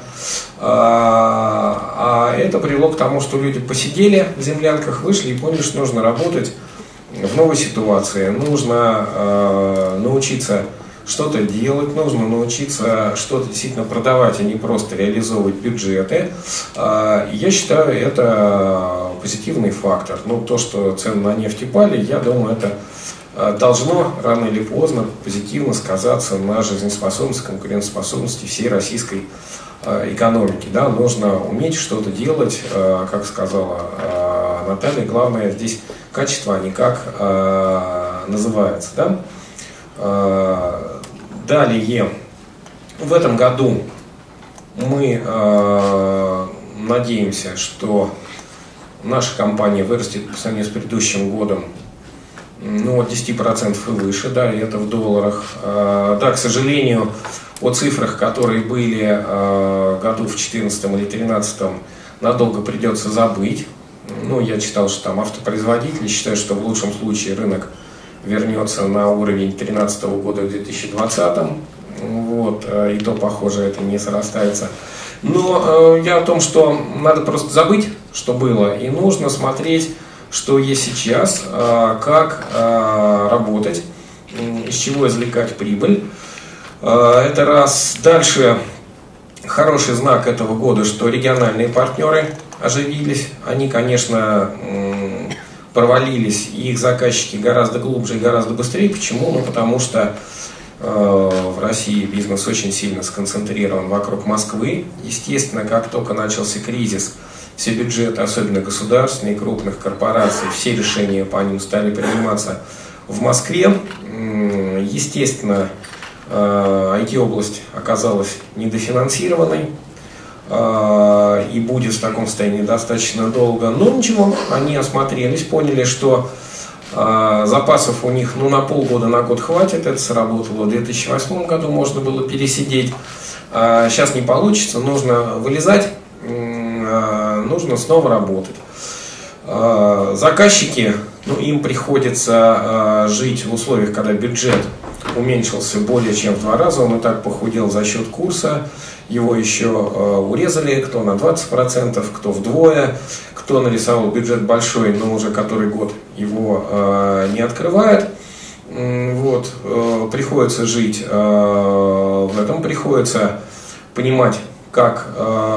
А, а это привело к тому, что люди посидели в землянках, вышли и поняли, что нужно работать в новой ситуации нужно э, научиться что-то делать, нужно научиться что-то действительно продавать, а не просто реализовывать бюджеты. Э, я считаю, это позитивный фактор. Ну, то, что цены на нефть упали, я думаю, это должно рано или поздно позитивно сказаться на жизнеспособности, конкурентоспособности всей российской экономики. Да, нужно уметь что-то делать, как сказала Наталья, главное здесь качество, а не как называется. Да? Далее, в этом году мы надеемся, что наша компания вырастет по сравнению с предыдущим годом ну, от десяти процентов и выше, да, и это в долларах. Да, к сожалению, о цифрах, которые были году в две тысячи четырнадцатом или две тысячи тринадцатом, надолго придется забыть. Ну, я читал, что там автопроизводители считают, что в лучшем случае рынок вернется на уровень две тысячи тринадцатого года в две тысячи двадцатом. Вот, и то, похоже, это не срастается. Но я о том, что надо просто забыть, что было, и нужно смотреть, что есть сейчас, как работать, из чего извлекать прибыль. Это раз. Дальше хороший знак этого года, что региональные партнеры оживились. Они, конечно, провалились, и их заказчики гораздо глубже и гораздо быстрее. Почему? Ну, потому что в России бизнес очень сильно сконцентрирован вокруг Москвы. Естественно, как только начался кризис, все бюджеты, особенно государственные, крупных корпораций, все решения по ним стали приниматься в Москве. Естественно, ай ти-область оказалась недофинансированной и будет в таком состоянии достаточно долго. Но ничего, они осмотрелись, поняли, что запасов у них ну, на полгода, на год хватит. Это сработало в две тысячи восьмом году, можно было пересидеть. Сейчас не получится, нужно вылезать. Нужно снова работать. Заказчики, ну, им приходится жить в условиях, когда бюджет уменьшился более чем в два раза, он и так похудел за счет курса, его еще урезали, кто на двадцать процентов, кто вдвое, кто нарисовал бюджет большой, но уже который год его не открывает. Вот, приходится жить в этом, приходится понимать, как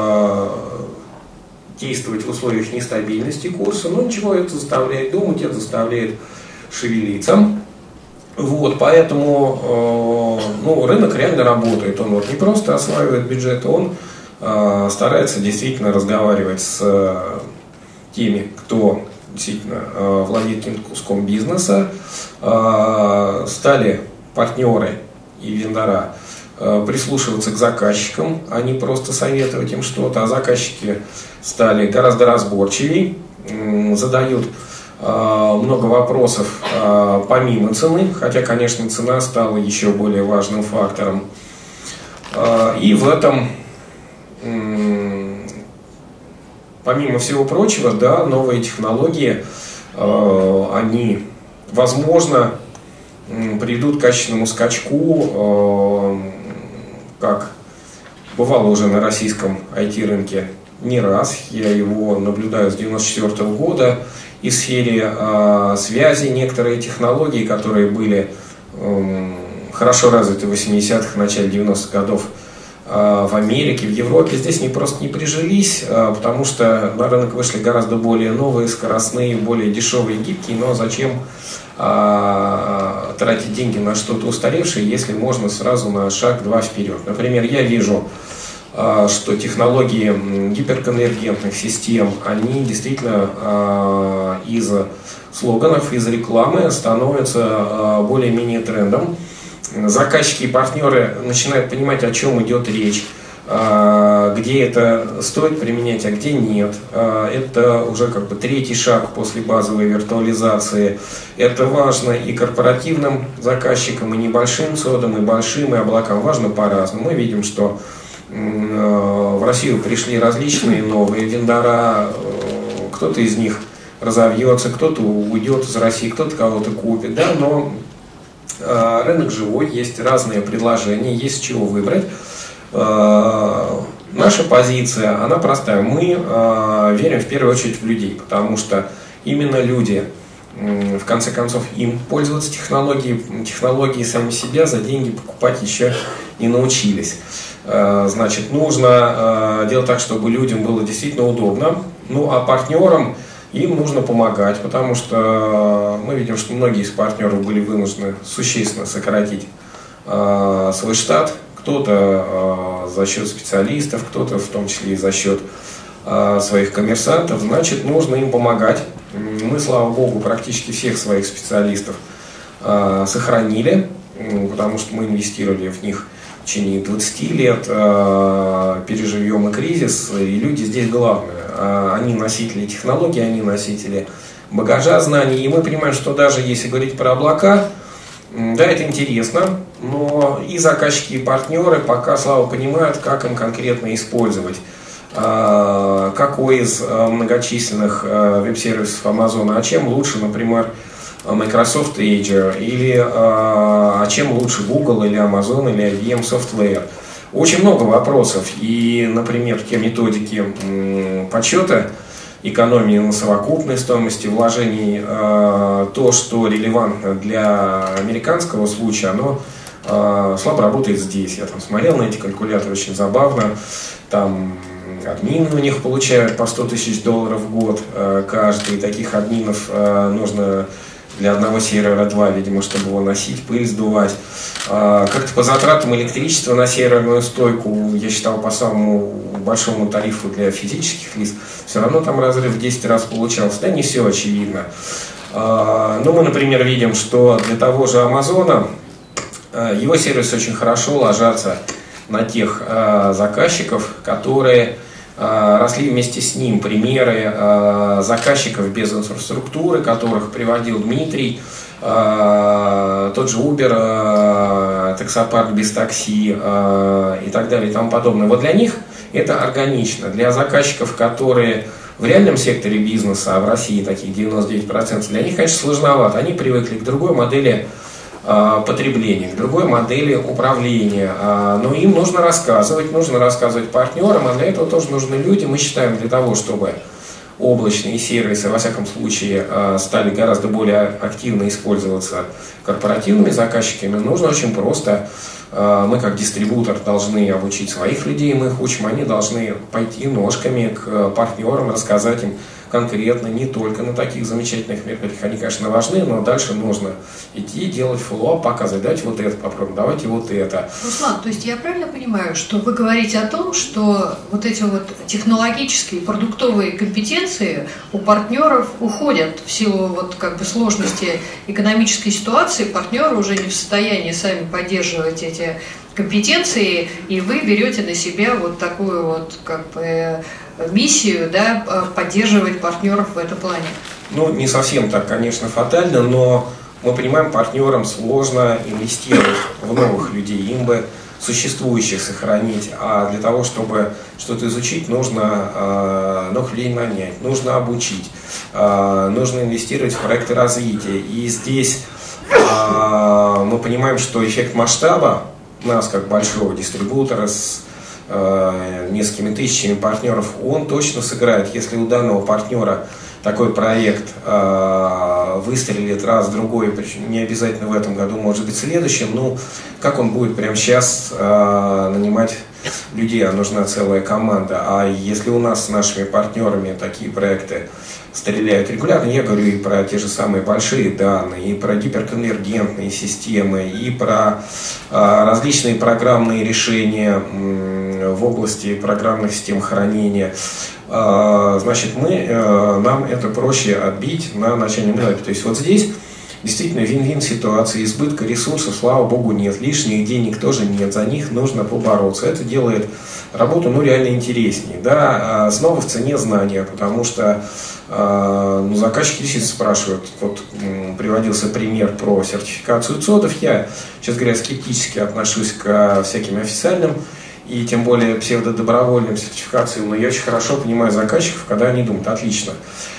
действовать в условиях нестабильности курса, но ничего, это заставляет думать, это заставляет шевелиться. Вот, поэтому э, ну, рынок реально работает, он вот не просто осваивает бюджет, он э, старается действительно разговаривать с э, теми, кто действительно э, владеет каким-то куском бизнеса, э, стали партнеры и вендора прислушиваться к заказчикам, а не просто советовать им что-то, а заказчики стали гораздо разборчивее, задают много вопросов помимо цены, хотя, конечно, цена стала еще более важным фактором. И в этом, помимо всего прочего, да, новые технологии, они, возможно, приведут к качественному скачку, как бывало уже на российском ай ти-рынке не раз. Я его наблюдаю с девяносто четвёртого года. И в сфере э, связи некоторые технологии, которые были э, хорошо развиты в восьмидесятых, в начале девяностых годов э, в Америке, в Европе, здесь не просто не прижились, э, потому что на рынок вышли гораздо более новые, скоростные, более дешевые, гибкие. Но зачем тратить деньги на что-то устаревшее, если можно сразу на шаг-два вперед. Например, я вижу, что технологии гиперконвергентных систем, они действительно из слоганов, из рекламы становятся более-менее трендом. Заказчики и партнеры начинают понимать, о чем идет речь, где это стоит применять, а где нет. Это уже как бы третий шаг после базовой виртуализации. Это важно и корпоративным заказчикам, и небольшим содам, и большим, и облакам. Важно по-разному. Мы видим, что в Россию пришли различные новые вендора. Кто-то из них разовьется, кто-то уйдет из России, кто-то кого-то купит. Да? Но рынок живой, есть разные предложения, есть с чего выбрать. Наша позиция, она простая. Мы э, верим в первую очередь в людей, потому что именно люди в конце концов, им пользоваться технологией, технологии сами себя за деньги покупать еще не научились. Значит, нужно делать так, чтобы людям было действительно удобно. Ну, а партнерам им нужно помогать, потому что мы видим, что многие из партнеров были вынуждены существенно сократить свой штат. Кто-то за счет специалистов, кто-то в том числе и за счет своих коммерсантов. Значит, нужно им помогать. Мы, слава богу, практически всех своих специалистов э, сохранили, потому что мы инвестировали в них в течение двадцати лет, э, переживем и кризис, и люди здесь главные. Э, они носители технологий, они носители багажа знаний, и мы понимаем, что даже если говорить про облака, э, да, это интересно, но и заказчики, и партнеры пока слабо понимают, как им конкретно использовать. Какой из многочисленных веб-сервисов Amazon, а чем лучше, например, Microsoft Azure, или а чем лучше Google, или Amazon, или ай би эм Software. Очень много вопросов, и, например, те методики подсчета экономии на совокупной стоимости вложений, то, что релевантно для американского случая, оно слабо работает здесь. Я там смотрел на эти калькуляторы, очень забавно. Там админы у них получают по сто тысяч долларов в год каждый. Таких админов нужно для одного сервера два, видимо, чтобы его носить, пыль сдувать. Как-то по затратам электричества на серверную стойку, я считал, по самому большому тарифу для физических лиц, все равно там разрыв в десять раз получался. Да, не все очевидно. Но мы, например, видим, что для того же Амазона его сервисы очень хорошо ложатся на тех э, заказчиков, которые э, росли вместе с ним. Примеры э, заказчиков без инфраструктуры, которых приводил Дмитрий, э, тот же Uber, э, таксопарк без такси э, и так далее и тому подобное. Вот для них это органично. Для заказчиков, которые в реальном секторе бизнеса, а в России таких девяносто девять процентов, для них, конечно, сложновато. Они привыкли к другой модели потребления, к другой модели управления. Но им нужно рассказывать, нужно рассказывать партнерам, а для этого тоже нужны люди. Мы считаем, для того, чтобы облачные сервисы, во всяком случае, стали гораздо более активно использоваться корпоративными заказчиками, нужно очень просто. Мы, как дистрибутор, должны обучить своих людей, мы их учим, они должны пойти ножками к партнерам, рассказать им конкретно, не только на таких замечательных мероприятиях, они, конечно, важны, но дальше нужно идти, делать фоллоуап, показывать, давайте вот это попробуем, давайте вот это. Руслан, то есть я правильно понимаю, что вы говорите о том, что вот эти вот технологические, продуктовые компетенции у партнеров уходят в силу вот как бы сложности экономической ситуации, партнеры уже не в состоянии сами поддерживать эти компетенции, и вы берете на себя вот такую вот как бы миссию, да, поддерживать партнеров в этом плане? Ну, не совсем так, конечно, фатально, но мы понимаем, партнерам сложно инвестировать в новых людей, им бы существующих сохранить, а для того, чтобы что-то изучить, нужно э, новых людей нанять, нужно обучить, э, нужно инвестировать в проекты развития. И здесь э, мы понимаем, что эффект масштаба нас, как большого дистрибутора с э, несколькими тысячами партнеров, он точно сыграет. Если у данного партнера такой проект э, выстрелит раз, другой, причем не обязательно в этом году, может быть в следующем, ну, как он будет прямо сейчас э, нанимать людей, а нужна целая команда. А если у нас с нашими партнерами такие проекты стреляют регулярно, я говорю и про те же самые большие данные, и про гиперконвергентные системы, и про э, различные программные решения э, в области программных систем хранения, э, значит, мы, э, нам это проще отбить на начальном этапе. То есть вот здесь действительно вин-вин ситуация, избытка ресурсов, слава богу, нет, лишних денег тоже нет, за них нужно побороться. Это делает работу, ну, реально интереснее. Да, снова в цене знания, потому что ну, заказчики действительно спрашивают, вот приводился пример про сертификацию цодов, я, честно говоря, скептически отношусь к всяким официальным и тем более псевдодобровольным сертификациям, но я очень хорошо понимаю заказчиков, когда они думают, отлично,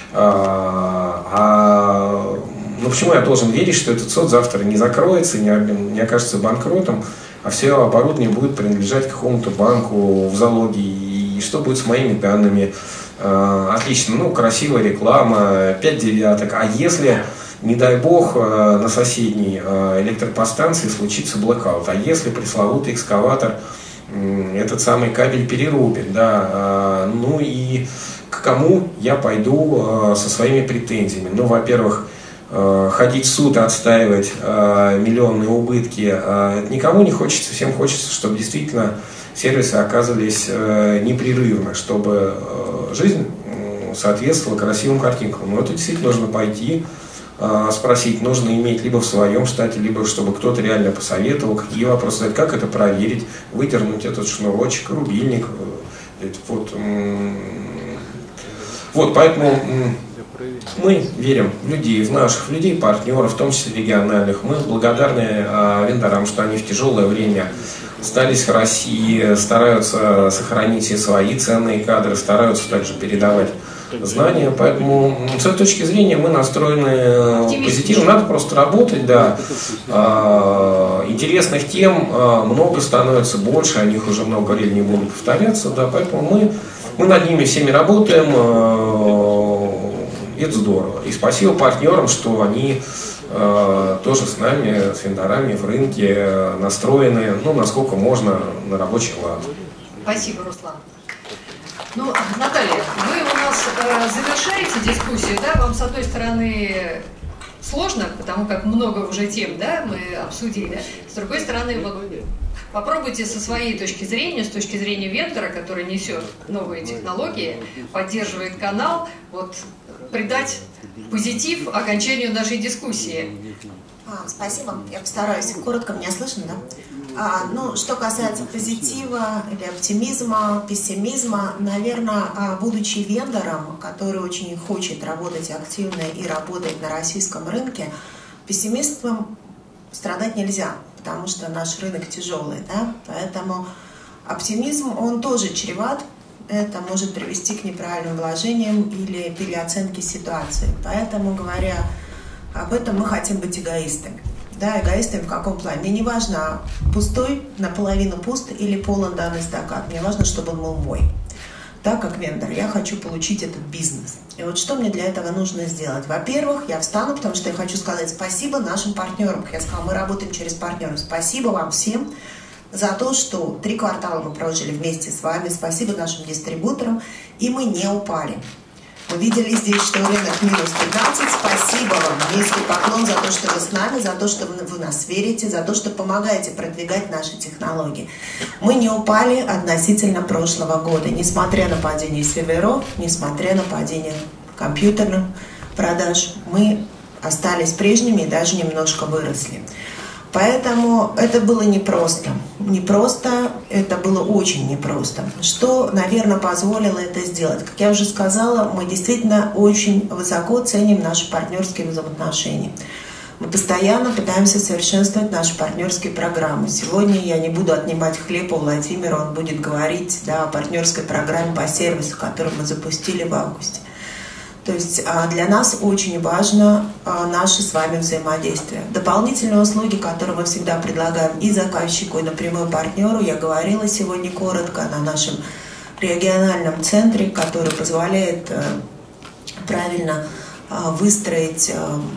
а ну почему я должен верить, что этот сод завтра не закроется, не, не окажется банкротом, а все оборудование будет принадлежать какому-то банку в залоге, и что будет с моими данными? Отлично, ну красивая реклама, пять девяток, а если не дай бог, на соседней электроподстанции случится блэкаут. А если пресловутый экскаватор этот самый кабель перерубит, да, ну и к кому я пойду со своими претензиями? Ну, во-первых, ходить в суд и отстаивать миллионные убытки, это никому не хочется, всем хочется, чтобы действительно сервисы оказывались непрерывно, чтобы жизнь соответствовала красивым картинкам. Но это действительно нужно пойти, спросить, нужно иметь либо в своем штате, либо чтобы кто-то реально посоветовал, какие вопросы задать, как это проверить, выдернуть этот шнурочек, рубильник. Вот, вот поэтому мы верим в людей, в наших людей, партнеров, в том числе региональных. Мы благодарны вендорам, что они в тяжелое время остались в России, стараются сохранить все свои ценные кадры, стараются также передавать знания, поэтому с этой точки зрения мы настроены позитивно, надо просто работать, да. Интересных тем много становится, больше, о них уже много времени не будут повторяться, да, поэтому мы, мы над ними всеми работаем, и это здорово. И спасибо партнерам, что они тоже с нами, с вендорами в рынке настроены, ну, насколько можно, на рабочий лад. Спасибо, Руслан. Ну, Наталья, вы у нас э, завершаете дискуссию, да? Вам, с одной стороны, сложно, потому как много уже тем, да, мы обсудили, да? С другой стороны, вот, попробуйте со своей точки зрения, с точки зрения вендора, который несет новые технологии, поддерживает канал, вот, придать позитив окончанию нашей дискуссии. А, спасибо, я постараюсь. Коротко, меня слышно, да? А, ну, что касается позитива или оптимизма, пессимизма, наверное, будучи вендором, который очень хочет работать активно и работать на российском рынке, пессимистом страдать нельзя, потому что наш рынок тяжелый, да? Поэтому оптимизм, он тоже чреват. Это может привести к неправильным вложениям или переоценке ситуации. Поэтому, говоря об этом, мы хотим быть эгоистами. Да, эгоистами в каком плане? Мне не важно, пустой, наполовину пуст или полон данный стакан. Мне важно, чтобы он был мой. Так как вендор, я хочу получить этот бизнес. И вот что мне для этого нужно сделать? Во-первых, я встану, потому что я хочу сказать спасибо нашим партнерам. Как я сказала, мы работаем через партнеров. Спасибо вам всем за то, что три квартала мы прожили вместе с вами. Спасибо нашим дистрибуторам. И мы не упали. Мы видели здесь, что рынок минус пятнадцать. Спасибо вам. Низкий поклон за то, что вы с нами, за то, что вы в нас верите, за то, что помогаете продвигать наши технологии. Мы не упали относительно прошлого года, несмотря на падение серверов, несмотря на падение компьютерных продаж. Мы остались прежними и даже немножко выросли. Поэтому это было непросто. Непросто, это было очень непросто. Что, наверное, позволило это сделать? Как я уже сказала, мы действительно очень высоко ценим наши партнерские взаимоотношения. Мы постоянно пытаемся совершенствовать наши партнерские программы. Сегодня я не буду отнимать хлеб у Владимира, он будет говорить, да, о партнерской программе по сервису, которую мы запустили в августе. То есть для нас очень важно наше с вами взаимодействие. Дополнительные услуги, которые мы всегда предлагаем и заказчику, и напрямую партнеру, я говорила сегодня коротко на нашем региональном центре, который позволяет правильно выстроить,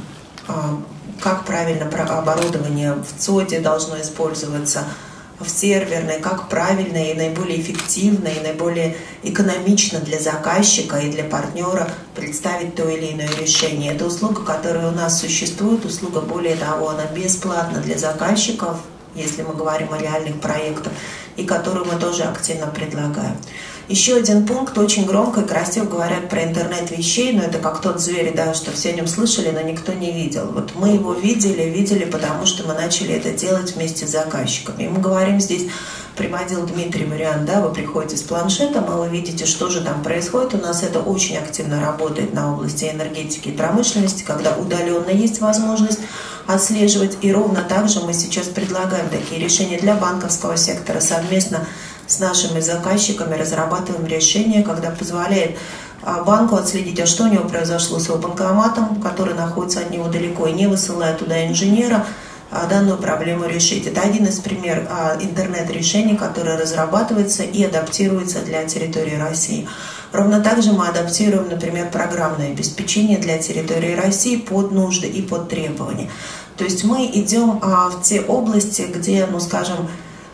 как правильно оборудование в ЦОДе должно использоваться, в серверной, как правильно и наиболее эффективно, и наиболее экономично для заказчика и для партнера представить то или иное решение. Это услуга, которая у нас существует, услуга, более того, она бесплатна для заказчиков, если мы говорим о реальных проектах, и которую мы тоже активно предлагаем. Еще один пункт, очень громко и красиво говорят про интернет вещей, но это как тот зверь, да, что все о нем слышали, но никто не видел. Вот мы его видели, видели, потому что мы начали это делать вместе с заказчиками. И мы говорим здесь, приводил Дмитрий вариант, да, вы приходите с планшетом, и вы видите, что же там происходит. У нас это очень активно работает на области энергетики и промышленности, когда удаленно есть возможность отслеживать. И ровно так же мы сейчас предлагаем такие решения для банковского сектора совместно с нашими заказчиками, разрабатываем решение, когда позволяет банку отследить, а что у него произошло с его банкоматом, который находится от него далеко, и не высылая туда инженера, данную проблему решить. Это один из примеров интернет-решений, которое разрабатывается и адаптируется для территории России. Ровно так же мы адаптируем, например, программное обеспечение для территории России под нужды и под требования. То есть мы идем а, в те области, где, ну скажем,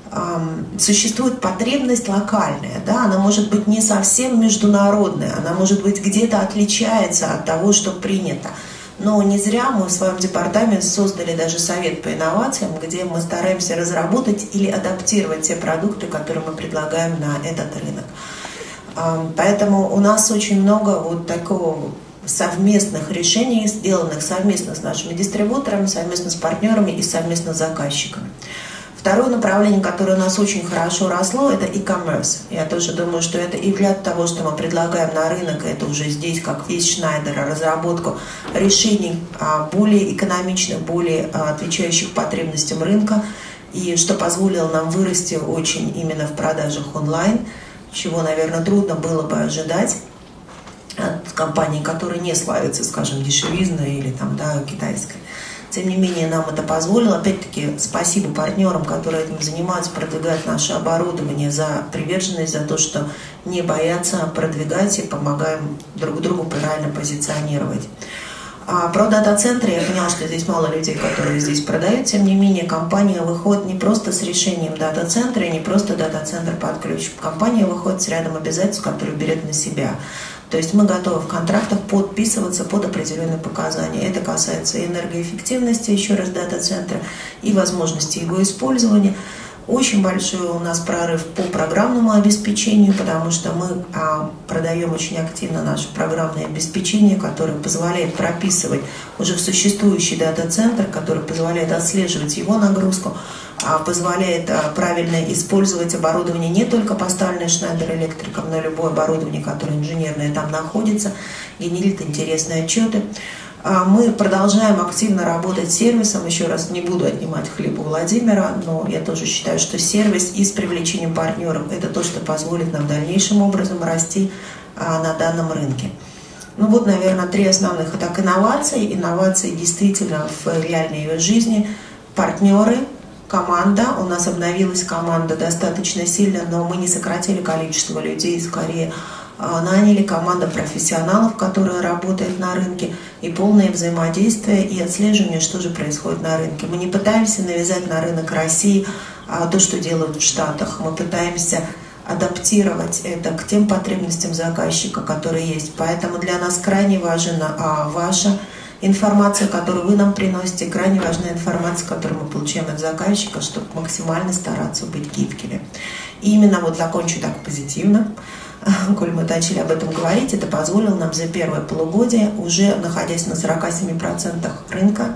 существует потребность локальная, да, она может быть не совсем международная, она может быть где-то отличается от того, что принято. Но не зря мы в своем департаменте создали даже совет по инновациям, где мы стараемся разработать или адаптировать те продукты, которые мы предлагаем на этот рынок. Поэтому у нас очень много вот такого совместных решений, сделанных совместно с нашими дистрибуторами, совместно с партнерами и совместно с заказчиками. Второе направление, которое у нас очень хорошо росло, это e-commerce. Я тоже думаю, что это и для того, что мы предлагаем на рынок, это уже здесь, как весь Шнайдер, разработку решений более экономичных, более отвечающих потребностям рынка, и что позволило нам вырасти очень именно в продажах онлайн, чего, наверное, трудно было бы ожидать от компании, которая не славится, скажем, дешевизной или там, да, китайской. Тем не менее, нам это позволило. Опять-таки, спасибо партнерам, которые этим занимаются, продвигать наше оборудование, за приверженность, за то, что не боятся продвигать и помогаем друг другу правильно позиционировать. А про дата-центры я поняла, что здесь мало людей, которые здесь продают. Тем не менее, компания выходит не просто с решением дата-центра, и не просто дата-центр под ключ. Компания выходит с рядом обязательств, которые берет на себя. То есть мы готовы в контрактах подписываться под определенные показания. Это касается и энергоэффективности, еще раз, дата-центра, и возможности его использования. Очень большой у нас прорыв по программному обеспечению, потому что мы а, продаем очень активно наше программное обеспечение, которое позволяет прописывать уже в существующий дата-центр, который позволяет отслеживать его нагрузку, а, позволяет а, правильно использовать оборудование не только поставленное Шнайдер Электриком, но и любое оборудование, которое инженерное там находится, генерит интересные отчеты. Мы продолжаем активно работать с сервисом. Еще раз, не буду отнимать хлеб у Владимира, но я тоже считаю, что сервис и с привлечением партнеров – это то, что позволит нам дальнейшим образом расти на данном рынке. Ну вот, наверное, три основных. Итак, инновации. Инновации действительно в реальной ее жизни. Партнеры, команда. У нас обновилась команда достаточно сильно, но мы не сократили количество людей, скорее наняли команду профессионалов, которая работает на рынке, и полное взаимодействие и отслеживание, что же происходит на рынке. Мы не пытаемся навязать на рынок России то, что делают в Штатах. Мы пытаемся адаптировать это к тем потребностям заказчика, которые есть. Поэтому для нас крайне важна ваша информация, которую вы нам приносите, крайне важна информация, которую мы получаем от заказчика, чтобы максимально стараться быть гибкими. И именно вот закончу так позитивно. Коль мы начали об этом говорить, это позволило нам за первое полугодие, уже находясь на сорока семи процентах рынка,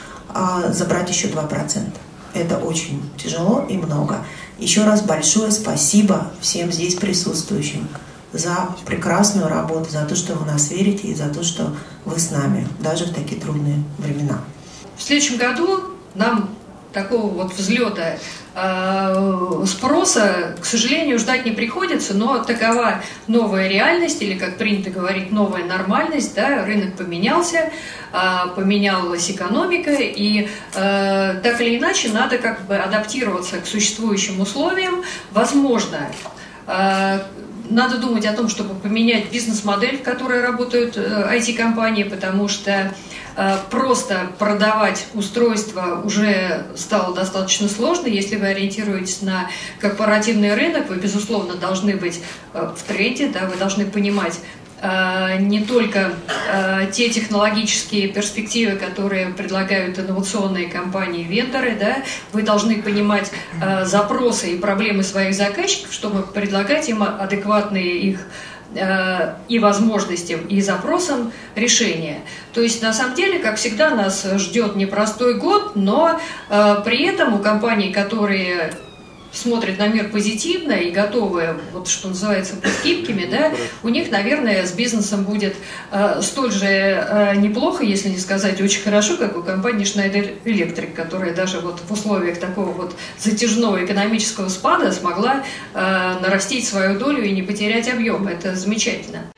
забрать еще два процента. Это очень тяжело и много. Еще раз большое спасибо всем здесь присутствующим за прекрасную работу, за то, что вы в нас верите и за то, что вы с нами, даже в такие трудные времена. В следующем году нам такого вот взлета э, спроса, к сожалению, ждать не приходится, но такова новая реальность, или, как принято говорить, новая нормальность, да, рынок поменялся, э, поменялась экономика, и э, так или иначе надо как бы адаптироваться к существующим условиям. Возможно, э, надо думать о том, чтобы поменять бизнес-модель, в которой работают ай ти-компании, потому что э, просто продавать устройства уже стало достаточно сложно. Если вы ориентируетесь на корпоративный рынок, вы, безусловно, должны быть э, в тренде, да, вы должны понимать э, не только э, те технологические перспективы, которые предлагают инновационные компании-вендоры, да, вы должны понимать э, запросы и проблемы своих заказчиков, чтобы предлагать им адекватные их э, и возможностям, и запросам решения. То есть, на самом деле, как всегда, нас ждет непростой год, но э, при этом у компаний, которые смотрят на мир позитивно и готовы, вот что называется, быть гибкими, да, у них, наверное, с бизнесом будет э, столь же э, неплохо, если не сказать очень хорошо, как у компании Schneider Electric, которая даже вот в условиях такого вот затяжного экономического спада смогла э, нарастить свою долю и не потерять объем. Это замечательно.